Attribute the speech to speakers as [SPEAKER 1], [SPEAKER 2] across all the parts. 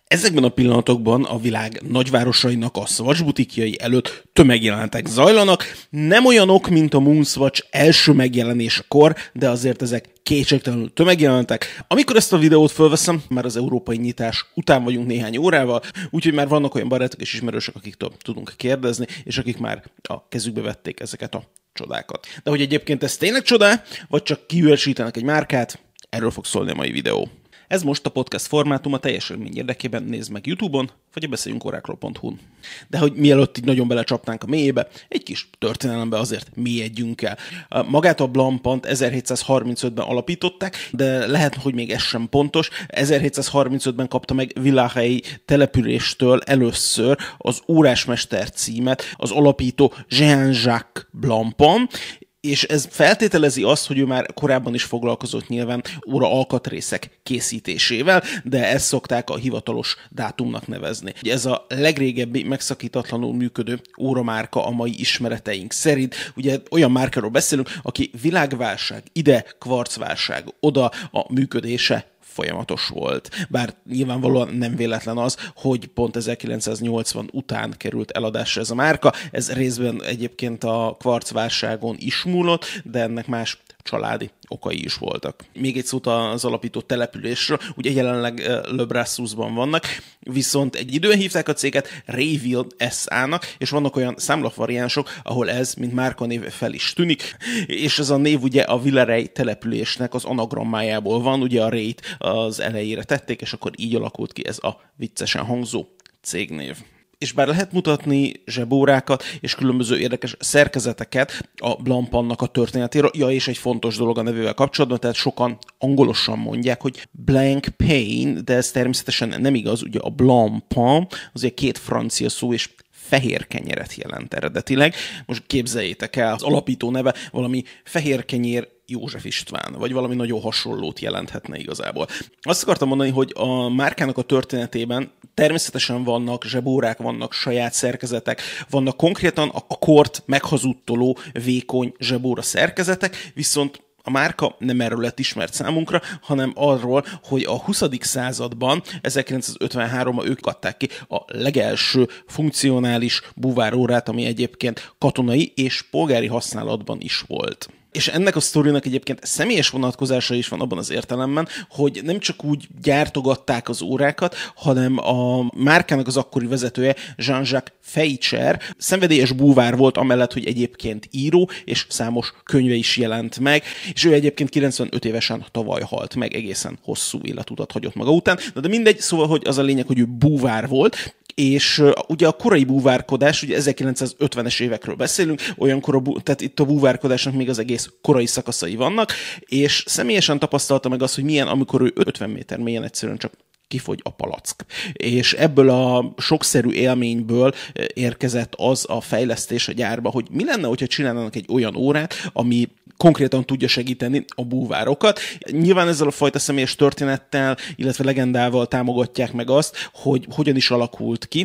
[SPEAKER 1] Ezekben a pillanatokban a világ nagyvárosainak a Swatch butikjai előtt tömegjelenetek zajlanak, nem olyanok, mint a Moonswatch első megjelenésekor, de azért ezek kétségtelenül tömegjelenetek. Amikor ezt a videót fölveszem, már az európai nyitás után vagyunk néhány órával, úgyhogy már vannak olyan barátok és ismerősök, akiktől tudunk kérdezni, és akik már a kezükbe vették ezeket a csodákat. De hogy egyébként ez tényleg csodá, vagy csak kiüresítenek egy márkát, erről fog szólni a mai videó. Ez most a podcast formátum, a teljes élmény érdekében nézd meg YouTube-on, vagy a beszéljünkorákról.hu-n. De hogy mielőtt így nagyon belecsapnánk a mélyébe, egy kis történelembe azért mélyedjünk el. Magát a Blancpain 1735-ben alapították, de lehet, hogy még ez sem pontos. 1735-ben kapta meg Villahey településtől először az órásmester címet az alapító Jean-Jacques Blancpain, és ez feltételezi azt, hogy ő már korábban is foglalkozott nyilván óra alkatrészek készítésével, de ezt szokták a hivatalos dátumnak nevezni. Ez a legrégebbi megszakítatlanul működő óramárka a mai ismereteink szerint. Ugye olyan márkáról beszélünk, aki világválság, ide kvarcválság, oda a működése folyamatos volt. Bár nyilvánvalóan nem véletlen az, hogy pont 1980 után került eladásra ez a márka. Ez részben egyébként a kvarcválságon is múlott, de ennek más családi okai is voltak. Még egy szót az alapító településről, ugye jelenleg Le Brassusban vannak, viszont egy időn hívták a céget Rayville SA-nak, és vannak olyan számlavariánsok, ahol ez, mint márkanév fel is tűnik, és ez a név ugye a Villeray településnek az anagrammájából van, ugye a Ray-t az elejére tették, és akkor így alakult ki ez a viccesen hangzó cégnév. És bár lehet mutatni zsebórákat és különböző érdekes szerkezeteket a Blancpainnak a történetéről, és egy fontos dolog a nevével kapcsolatban, tehát sokan angolosan mondják, hogy Blancpain, de ez természetesen nem igaz, ugye a Blancpain az ugye két francia szó, és fehér kenyeret jelent eredetileg. Most képzeljétek el, az alapító neve valami fehér kenyér József István, vagy valami nagyon hasonlót jelenthetne igazából. Azt akartam mondani, hogy a márkának a történetében természetesen vannak zsebórák, vannak saját szerkezetek, vannak konkrétan a kort meghazudtoló vékony zsebóra szerkezetek, viszont a márka nem erről lett ismert számunkra, hanem arról, hogy a 20. században, 1953-ban ők adták ki a legelső funkcionális búvárórát, ami egyébként katonai és polgári használatban is volt. És ennek a sztorinak egyébként személyes vonatkozása is van abban az értelemben, hogy nem csak úgy gyártogatták az órákat, hanem a márkának az akkori vezetője, Jean-Jacques Feicher, szenvedélyes búvár volt, amellett, hogy egyébként író, és számos könyve is jelent meg, és ő egyébként 95 évesen tavaly halt meg, egészen hosszú életutat hagyott maga után, de mindegy, szóval, hogy az a lényeg, hogy ő búvár volt, és ugye a korai búvárkodás, ugye 1950-es évekről beszélünk, olyankor tehát itt a búvárkodásnak még az egész korai szakaszai vannak, és személyesen tapasztalta meg azt, hogy milyen, amikor ő 50 méter mélyen egyszerűen csak kifogy a palack. És ebből a sokszerű élményből érkezett az a fejlesztés a gyárba, hogy mi lenne, hogyha csinálnának egy olyan órát, ami konkrétan tudja segíteni a búvárokat. Nyilván ezzel a fajta személyes történettel, illetve legendával támogatják meg azt, hogy hogyan is alakult ki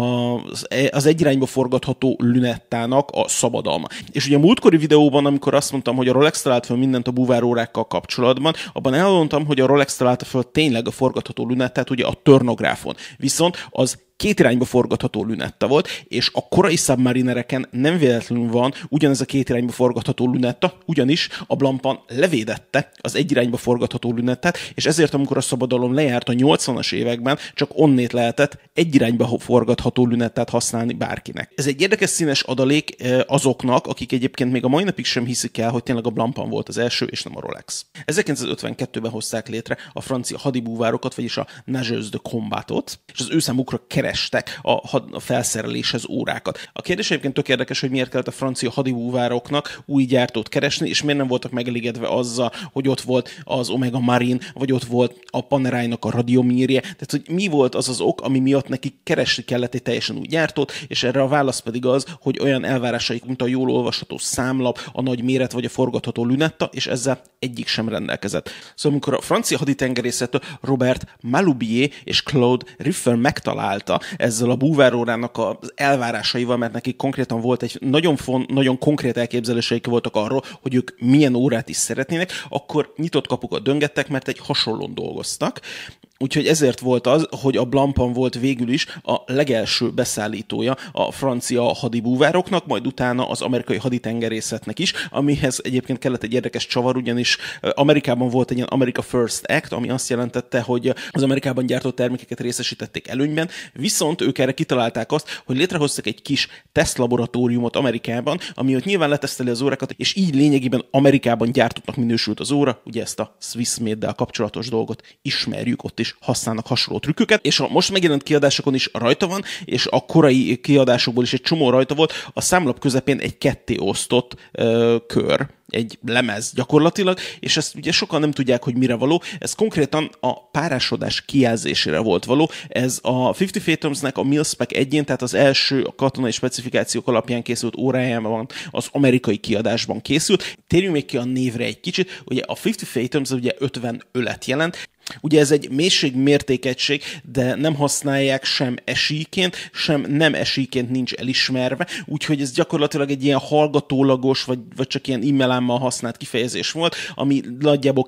[SPEAKER 1] az egy irányba forgatható lünettának a szabadalma. És ugye a múltkori videóban, amikor azt mondtam, hogy a Rolex talált fel mindent a búvárórákkal kapcsolatban, abban elmondtam, hogy a Rolex találta fel tényleg a forgatható lünettát, ugye a turnográfon. Viszont az két irányba forgatható lünetta volt, és a korai Submarinereken nem véletlenül van ugyanez a két irányba forgatható lünetta, ugyanis a Blancpain levédette az egy irányba forgatható lünettát, és ezért, amikor a szabadalom lejárt a 80-as években, csak onnét lehetett egy irányba forgatható lünettát használni bárkinek. Ez egy érdekes színes adalék azoknak, akik egyébként még a mai napig sem hiszik el, hogy tényleg a Blancpain volt az első, és nem a Rolex. 1952-ben hozták létre a francia hadibúvárokat, vagyis a Nageurs de Combatot, és az ő számukra kerestek a felszereléshez órákat. A kérdés egyébként tök érdekes, hogy miért kellett a francia hadibúvároknak új gyártót keresni, és miért nem voltak megelégedve azzal, hogy ott volt az Omega Marine, vagy ott volt a Panerai-nak a Radiomírje. Tehát, hogy mi volt az az ok, ami miatt nekik keresni kellett egy teljesen új gyártót, és erre a válasz pedig az, hogy olyan elvárásaik, mint a jól olvasható számlap, a nagy méret vagy a forgatható lünetta, és ezzel egyik sem rendelkezett. Szóval amikor a francia haditengerészetől Robert Malubier és Claude Riffer megtalálta ezzel a búvárórának az elvárásaival, mert nekik konkrétan volt egy nagyon konkrét elképzeléseik voltak arról, hogy ők milyen órát is szeretnének, akkor nyitott kapukat döngettek, mert egy hasonlón dolgoztak. Úgyhogy ezért volt az, hogy a Blancpain volt végül is a legelső beszállítója a francia hadibúvároknak, majd utána az amerikai haditengerészetnek is, amihez egyébként kellett egy érdekes csavar, ugyanis Amerikában volt egy ilyen America First Act, ami azt jelentette, hogy az Amerikában gyártott termékeket részesítették előnyben, viszont ők erre kitalálták azt, hogy létrehoztak egy kis tesztlaboratóriumot Amerikában, ami ott nyilván leteszteli az órákat, és így lényegében Amerikában gyártottnak minősült az óra, ugye ezt a Swiss Made-del kapcsolatos dolgot ismerjük, ott is használnak hasonló trükköket, és a most megjelent kiadásokon is rajta van, és a korai kiadásokból is egy csomó rajta volt, a számlap közepén egy ketté osztott kör, egy lemez gyakorlatilag, és ezt ugye sokan nem tudják, hogy mire való. Ez konkrétan a párásodás kijelzésére volt való. Ez a 50 Fathoms-nek a Mil-Spec 1-én, tehát az első a katonai specifikációk alapján készült órájában az amerikai kiadásban készült. Térjünk még ki a névre egy kicsit. Ugye a 50 Fathoms ugye 50 ölet jelent. Ugye ez egy mértékegység, de nem használják sem esíként, sem nem esíként nincs elismerve, úgyhogy ez gyakorlatilag egy ilyen hallgatólagos, vagy csak ilyen immelámmal használt kifejezés volt, ami nagyjából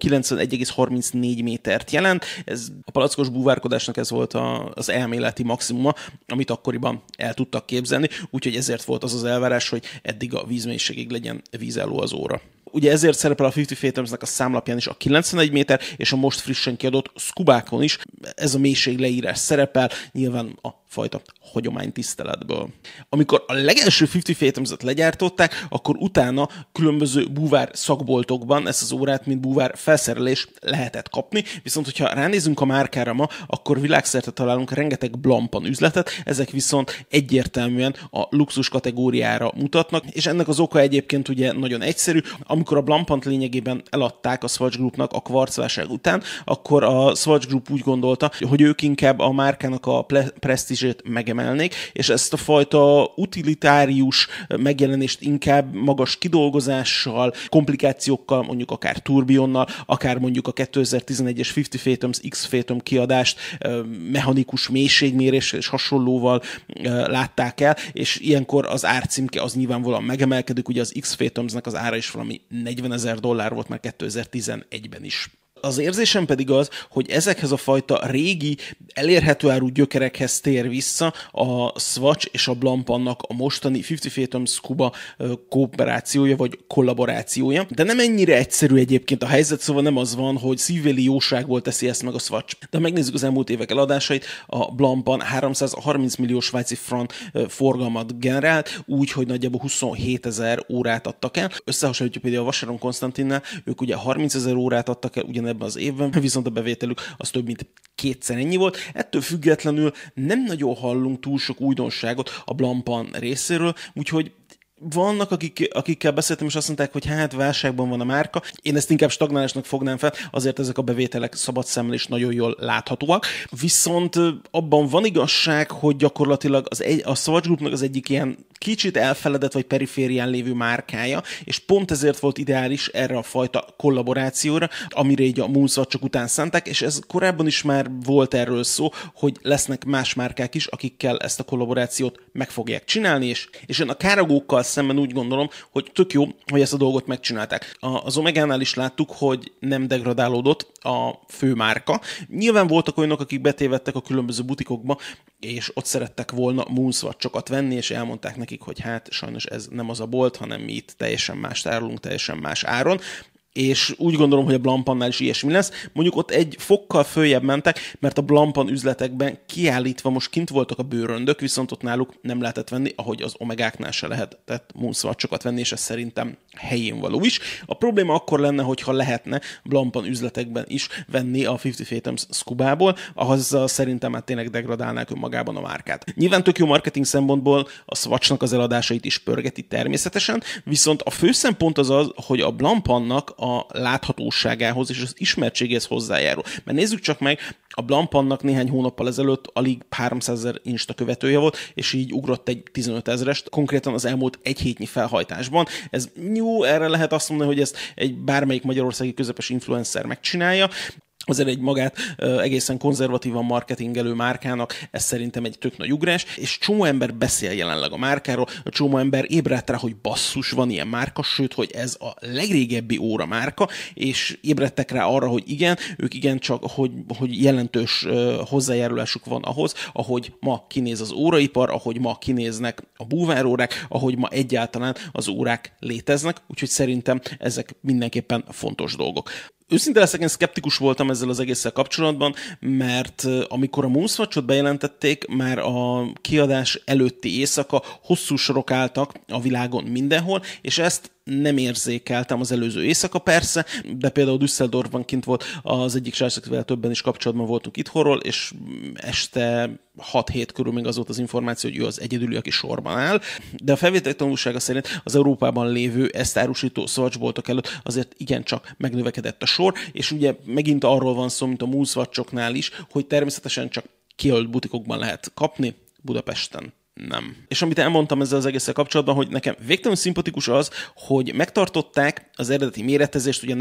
[SPEAKER 1] 91,34 métert jelent. Ez a palackos búvárkodásnak ez volt az elméleti maximuma, amit akkoriban el tudtak képzelni, úgyhogy ezért volt az az elvárás, hogy eddig a vízmélységig legyen vízálló az óra. Ugye ezért szerepel a 50 Fathoms-nek a számlapján is a 91 méter, és a most frissen kiadott Scubákon is ez a mélység leírás szerepel, nyilván a fajta hagyomány tiszteletből. Amikor a legelső 50 Fathoms-et legyártották, akkor utána különböző búvár szakboltokban ezt az órát, mint búvár felszerelés lehetett kapni, viszont hogyha ránézünk a márkára ma, akkor világszerte találunk rengeteg Blancpain üzletet, ezek viszont egyértelműen a luxus kategóriára mutatnak, és ennek az oka egyébként ugye nagyon egyszerű. Amikor a Blancpaint lényegében eladták a Swatch Groupnak a kvarcválság után, akkor a Swatch Group úgy gondolta, hogy ők inkább a márkának a presztízsét megemelnék, és ezt a fajta utilitárius megjelenést inkább magas kidolgozással, komplikációkkal, mondjuk akár turbionnal, akár mondjuk a 2011-es 50 Fathoms X Fathom kiadást mechanikus mélységméréssel és hasonlóval látták el, és ilyenkor az árcímke az nyilvánvalóan megemelkedik, ugye az X Fathomsnak az ára is valami $40,000 volt már 2011-ben is. Az érzésem pedig az, hogy ezekhez a fajta régi, elérhető áru gyökerekhez tér vissza a Swatch és a Blancpainnak a mostani 50 Fathoms Scuba kooperációja vagy kollaborációja. De nem ennyire egyszerű egyébként a helyzet, szóval nem az van, hogy szívvéli jóságból teszi ezt meg a Swatch. De megnézzük az elmúlt évek eladásait, a Blancpain 330 millió svájci frank forgalmat generált, úgy, hogy nagyjából 27,000 órát adtak el. Összehasonlítjuk például a Vacheron Constantinnál, ők ugye 30,000 órát adtak el ugyanebben az évben, viszont a bevételük az több mint kétszer ennyi volt. Ettől függetlenül nem nagyon hallunk túl sok újdonságot a Blancpain részéről, úgyhogy vannak, akikkel beszéltem, és azt mondták, hogy hát válságban van a márka. Én ezt inkább stagnálásnak fognám fel, azért ezek a bevételek szabad szemmel is nagyon jól láthatóak. Viszont abban van igazság, hogy gyakorlatilag a Swatch Groupnak az egyik ilyen kicsit elfeledett vagy periférián lévő márkája, és pont ezért volt ideális erre a fajta kollaborációra, amire így a Moonswatch-ok után szánták, és ez korábban is már volt erről szó, hogy lesznek más márkák is, akikkel ezt a kollaborációt meg fogják csinálni, és én a káragókkal szemben úgy gondolom, hogy tök jó, hogy ezt a dolgot megcsinálták. Az Omegánál is láttuk, hogy nem degradálódott a fő márka. Nyilván voltak olyanok, akik betévedtek a különböző butikokba, és ott szerettek volna Moonswatch-okat venni, és elmondták nekik, hogy hát sajnos ez nem az a bolt, hanem mi itt teljesen más árulunk, teljesen más áron. És úgy gondolom, hogy a Blancpainnál is ilyesmi lesz. Mondjuk ott egy fokkal följebb mentek, mert a Blancpain üzletekben kiállítva most kint voltak a bőröndök, viszont ott náluk nem lehetett venni, ahogy az Omegáknál se lehetett Moonswatch-okat venni, és ez szerintem helyén való is. A probléma akkor lenne, hogyha lehetne Blancpain üzletekben is venni a 50 Fathoms Scubából, ahhoz szerintem hát tényleg degradálnák önmagában a márkát. Nyilván tök jó marketing szempontból a Swatchnak az eladásait is pörgeti természetesen, viszont a fő szempont az, hogy a Blancpainnak a láthatóságához és az ismertségéhez hozzájárul. Mert nézzük csak meg, a Blancpainnak néhány hónappal ezelőtt alig 300,000 Insta követője volt, és így ugrott egy 15,000-est, konkrétan az elmúlt egy hétnyi felhajtásban. Ez jó, erre lehet azt mondani, hogy ezt egy bármelyik magyarországi közepes influencer megcsinálja. azért egy magát egészen konzervatívan marketingelő márkának ez szerintem egy tök nagy ugrás, és csomó ember beszél jelenleg a márkáról, a csomó ember ébredt rá, hogy basszus, van ilyen márka, sőt, hogy ez a legrégebbi óra márka, és ébredtek rá arra, hogy igen, ők igen, csak hogy jelentős hozzájárulásuk van ahhoz, ahogy ma kinéz az óraipar, ahogy ma kinéznek a búvárórák, ahogy ma egyáltalán az órák léteznek, úgyhogy szerintem ezek mindenképpen fontos dolgok. Őszinte leszek, én szkeptikus voltam ezzel az egésszel kapcsolatban, mert amikor a Moonswatch-ot bejelentették, már a kiadás előtti éjszaka hosszú sorok álltak a világon mindenhol, és ezt nem érzékeltem az előző éjszaka persze, de például Düsseldorfban kint volt az egyik srác, akivel többen is kapcsolatban voltunk itthonról, és este 6-7 körül még az volt az információ, hogy ő az egyedüli, aki sorban áll, de a felvételek tanulsága szerint az Európában lévő ezt árusító Swatchboltok előtt azért igencsak megnövekedett a sor, és ugye megint arról van szó, mint a Moonswatch-oknál is, hogy természetesen csak kijelölt butikokban lehet kapni, Budapesten nem. És amit elmondtam ezzel az egésszel kapcsolatban, hogy nekem végtelenül szimpatikus az, hogy megtartották az eredeti méretezést, ugye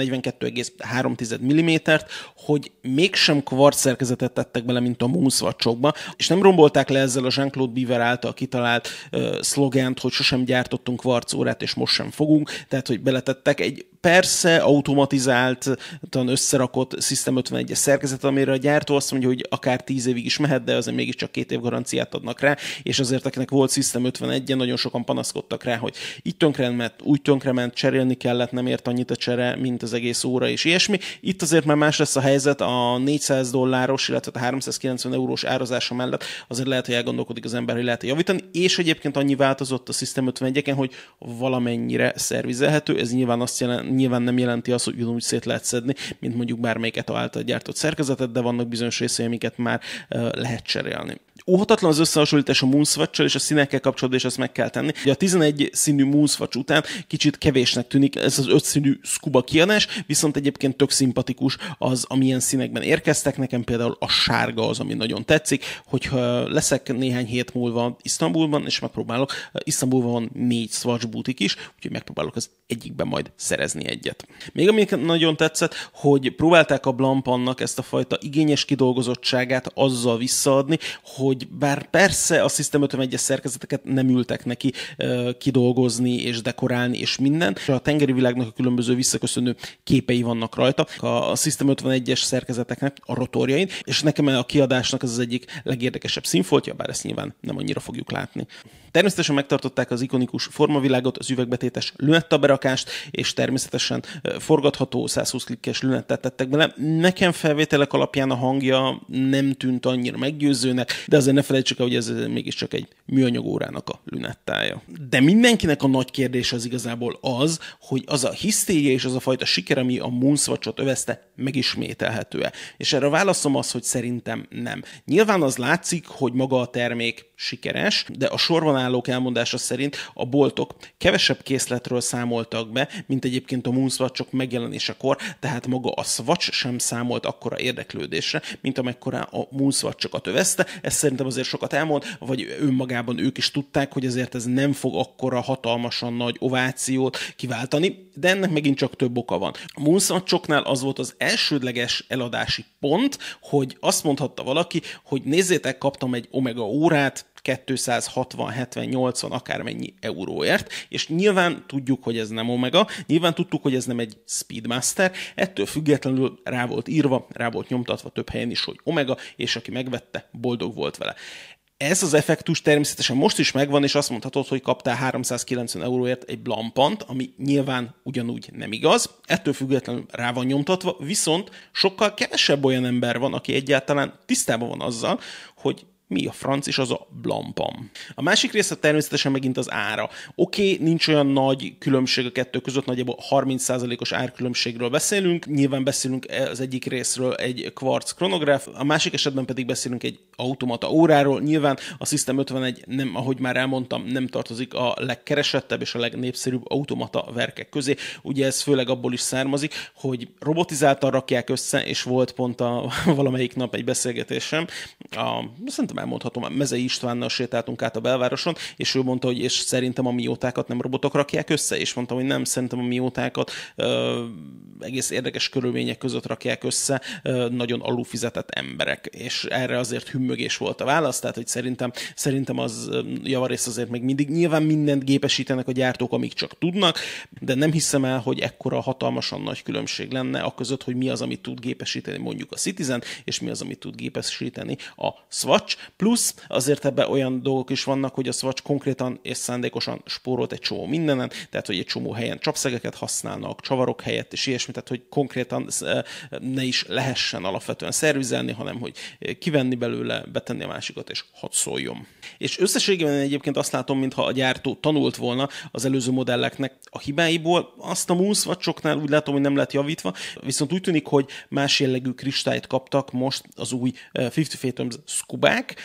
[SPEAKER 1] 42,3 mm-t, hogy mégsem kvarc szerkezetet tettek bele, mint a Moonswatch-okba, és nem rombolták le ezzel a Jean-Claude Biver által kitalált szlogent, hogy sosem gyártottunk kvarcórát, és most sem fogunk, tehát hogy beletettek egy persze automatizáltan összerakott System 51-es szerkezet, amire a gyártó azt mondja, hogy akár 10 évig is mehet, de azért mégiscsak 2 év garanciát adnak rá, és azért akinek volt System 51-en, nagyon sokan panaszkodtak rá, hogy így tönkrement, úgy tönkrement, cserélni kellett, nem ért annyit a csere, mint az egész óra és ilyesmi. Itt azért már más lesz a helyzet, a $400, illetve a 390 eurós árazása mellett azért lehet, hogy elgondolkodik az ember, hogy lehet javítani, és egyébként annyi változott a System 51-eken, hogy valamennyire szervizelhető, ez nyilván nem jelenti azt, hogy ugyanúgy szét lehet szedni, mint mondjuk bármelyik ETA által gyártott szerkezetet, de vannak bizonyos részei, amiket már lehet cserélni. Óhatatlan az összehasonlítás a Moonswatch-sal és a színekkel kapcsolatban, és ezt meg kell tenni. Ugye a 11 színű Moonswatch után kicsit kevésnek tűnik ez az 5 színű Scuba kiadás, viszont egyébként tök szimpatikus az, amilyen színekben érkeztek. Nekem például a sárga az, ami nagyon tetszik, hogyha leszek néhány hét múlva Isztambulban, és megpróbálok, Isztambulban van 4 Swatch butik is, úgyhogy megpróbálok az egyikben majd szerezni egyet. Még ami nagyon tetszett, hogy próbálták a Blancpain-nak ezt a fajta igényes kidolgozottságát azzal visszaadni, hogy bár persze a System 51-es szerkezeteket nem ültek neki kidolgozni és dekorálni és minden, a tengeri világnak a különböző visszaköszönő képei vannak rajta, a System 51-es szerkezeteknek a rotorjain, és nekem a kiadásnak ez az egyik legérdekesebb színfoltja, bár ezt nyilván nem annyira fogjuk látni. Természetesen megtartották az ikonikus formavilágot, az üvegbetétes lünetaberakást, és természetesen forgatható 120 klikkes lünettet tettek bele. Nekem felvételek alapján a hangja nem tűnt annyira meggyőzőnek, de azért ne felejtsük el, hogy ez mégiscsak egy műanyag órának a lünettája. De mindenkinek a nagy kérdés az igazából az, hogy az a hisztéria és az a fajta siker, ami a Moonswatch-ot övezte, megismételhető-e. És erre a válaszom az, hogy szerintem nem. Nyilván az látszik, hogy maga a termék sikeres, de a sorban állók elmondása szerint a boltok kevesebb készletről számoltak be, mint egyébként a Moonswatch-ok megjelenésekor, tehát maga a Swatch sem számolt akkora érdeklődésre, mint amekkora a Moonswatch-okat övezte. Ez szerintem azért sokat elmond, vagy önmagában ők is tudták, hogy azért ez nem fog akkora hatalmasan nagy ovációt kiváltani, de ennek megint csak több oka van. A Moonswatch-oknál az volt az elsődleges eladási pont, hogy azt mondhatta valaki, hogy nézzétek, kaptam egy Omega órát, 260, 70, 80, akármennyi euróért, és nyilván tudjuk, hogy ez nem Omega, nyilván tudtuk, hogy ez nem egy Speedmaster, ettől függetlenül rá volt írva, rá volt nyomtatva több helyen is, hogy Omega, és aki megvette, boldog volt vele. Ez az effektus természetesen most is megvan, és azt mondhatod, hogy kaptál 390 euróért egy Blancpaint, ami nyilván ugyanúgy nem igaz, ettől függetlenül rá van nyomtatva, viszont sokkal kevesebb olyan ember van, aki egyáltalán tisztában van azzal, hogy mi a franc, és az a Blancpain. A másik része természetesen megint az ára. Oké, nincs olyan nagy különbség a kettő között, nagyjából 30%-os árkülönbségről beszélünk, nyilván beszélünk az egyik részről egy kvarc kronográf, a másik esetben pedig beszélünk egy automata óráról. Nyilván a System 51 nem, ahogy már elmondtam, nem tartozik a legkeresettebb és a legnépszerűbb automata verkek közé. Ugye ez főleg abból is származik, hogy robotizáltan rakják össze, és volt pont valamelyik nap egy beszélgetésem, szerintem elmondhatom, Mezei Istvánnal sétáltunk át a belvároson, és ő mondta, hogy és szerintem a miótákat nem robotok rakják össze, és mondtam, hogy nem, szerintem a miótákat egész érdekes körülmények között rakják össze nagyon alulfizetett emberek, és erre azért hümmögés volt a válasz, tehát hogy szerintem az javarészt azért még mindig nyilván mindent gépesítenek a gyártók, amíg csak tudnak, de nem hiszem el, hogy ekkora hatalmasan nagy különbség lenne a között, hogy mi az, amit tud gépesíteni mondjuk a Citizen, és mi az, amit tud gépesíteni a Swatch. Plusz azért ebben olyan dolgok is vannak, hogy a Swatch konkrétan és szándékosan spórolt egy csomó mindenen, tehát hogy egy csomó helyen csapszegeket használnak, csavarok helyett és ilyesmi, tehát hogy konkrétan ne is lehessen alapvetően szervizelni, hanem hogy kivenni belőle, betenni a másikat, és hadd szóljon. És összességében egyébként azt látom, mintha a gyártó tanult volna az előző modelleknek a hibáiból. Azt a Moonwatch-oknál úgy látom, hogy nem lett javítva, viszont úgy tűnik, hogy más jellegű kristályt kaptak most az új 50 Fathoms Scubák.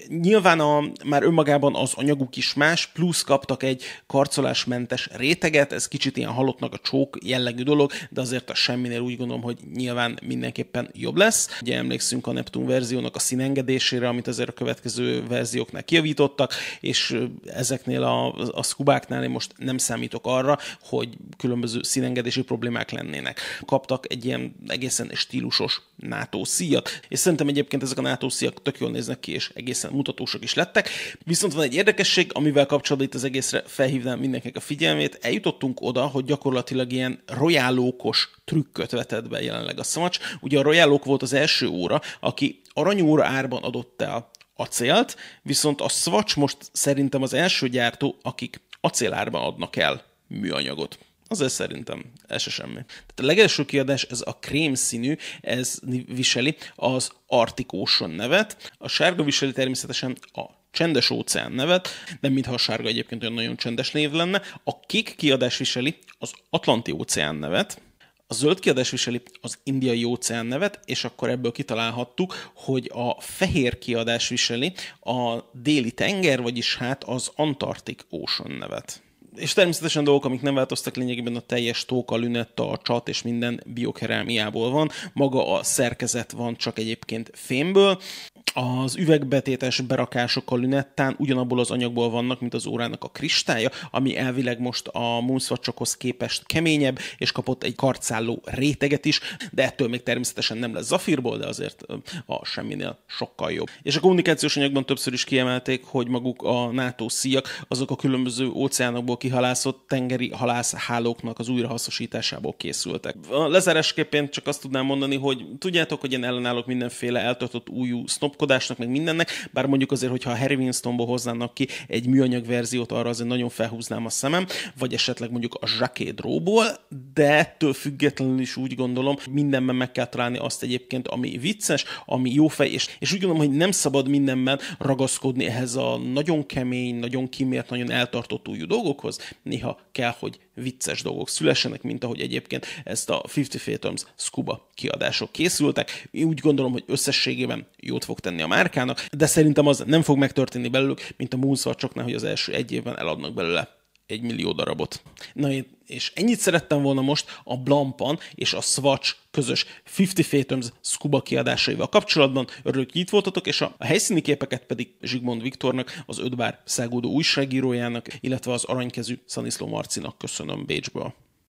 [SPEAKER 1] Nyilván már önmagában az anyaguk is más, plusz kaptak egy karcolásmentes réteget, ez kicsit ilyen halottnak a csók jellegű dolog, de azért a semminél úgy gondolom, hogy nyilván mindenképpen jobb lesz. Ugye emlékszünk a Neptune verziónak a színengedésére, amit azért a következő verzióknál kijavítottak, és ezeknél a Scubáknál én most nem számítok arra, hogy különböző színengedési problémák lennének. Kaptak egy ilyen egészen stílusos NATO szíjat, és szerintem egyébként ezek a NATO szíjak tök jól néznek ki, és egészen mutatósak is lettek. Viszont van egy érdekesség, amivel kapcsolatban itt az egészre felhívnám mindenkinek a figyelmét. Eljutottunk oda, hogy gyakorlatilag ilyen royálókos trükköt vetett be jelenleg a Swatch. Ugye a royálók volt az első óra, aki aranyóra árban adott el acélt, viszont a Swatch most szerintem az első gyártó, akik acélárban adnak el műanyagot. Azért szerintem ez se semmi. Tehát a legelső kiadás, ez a krém színű, ez viseli az Arctic Ocean nevet, a sárga viseli természetesen a Csendes óceán nevet, nem mintha a sárga egyébként olyan nagyon csendes név lenne, a kék kiadás viseli az Atlanti óceán nevet, a zöld kiadás viseli az Indiai óceán nevet, és akkor ebből kitalálhattuk, hogy a fehér kiadás viseli a déli tenger, vagyis hát az Antarctic Ocean nevet. És természetesen dolgok, amik nem változtak lényegében, a teljes tóka, lünetta, a csat és minden biokerámiából van. Maga a szerkezet van csak egyébként fémből. Az üvegbetétes berakások a lünettán ugyanabból az anyagból vannak, mint az órának a kristálya, ami elvileg most a Moonwatch-okhoz képest keményebb, és kapott egy kartszálló réteget is, de ettől még természetesen nem lesz zafírból, de azért a semminél sokkal jobb. És a kommunikációs anyagban többször is kiemelték, hogy maguk a NATO szíjak, azok a különböző óceánokból kihalászott tengeri halászhálóknak az újrahasznosításából készültek. A lezárásképpen csak azt tudnám mondani, hogy tudjátok, hogy én ellenállok mindenféle eltartott újú sznopkodásnak, meg mindennek, bár mondjuk azért, hogyha a Harry Winstonból hoznának ki egy műanyag verziót, arra azért nagyon felhúznám a szemem, vagy esetleg mondjuk a Jacquet Dróból, de ettől függetlenül is úgy gondolom, hogy mindenben meg kell találni azt egyébként, ami vicces, ami jó fej, és úgy gondolom, hogy nem szabad mindenben ragaszkodni ehhez a nagyon kemény, nagyon kimért, nagyon eltartott újú dolgokhoz. Néha kell, hogy vicces dolgok szülessenek, mint ahogy egyébként ezt a 50 Fathoms Scuba kiadások készültek. Én úgy gondolom, hogy összességében jót fog tenni a márkának, de szerintem az nem fog megtörténni belőlük, mint a Moonwatch-oknál, hogy az első egy évben eladnak belőle 1 millió darabot. Na, és ennyit szerettem volna most a Blancpain és a Swatch közös 50 Fathoms Scuba kiadásaival kapcsolatban. Örülök, hogy itt voltatok, és a helyszíni képeket pedig Zsigmond Viktornak, az 5 bár szágódó újságírójának, illetve az aranykezű Szaniszló Marcinak köszönöm Bécsből.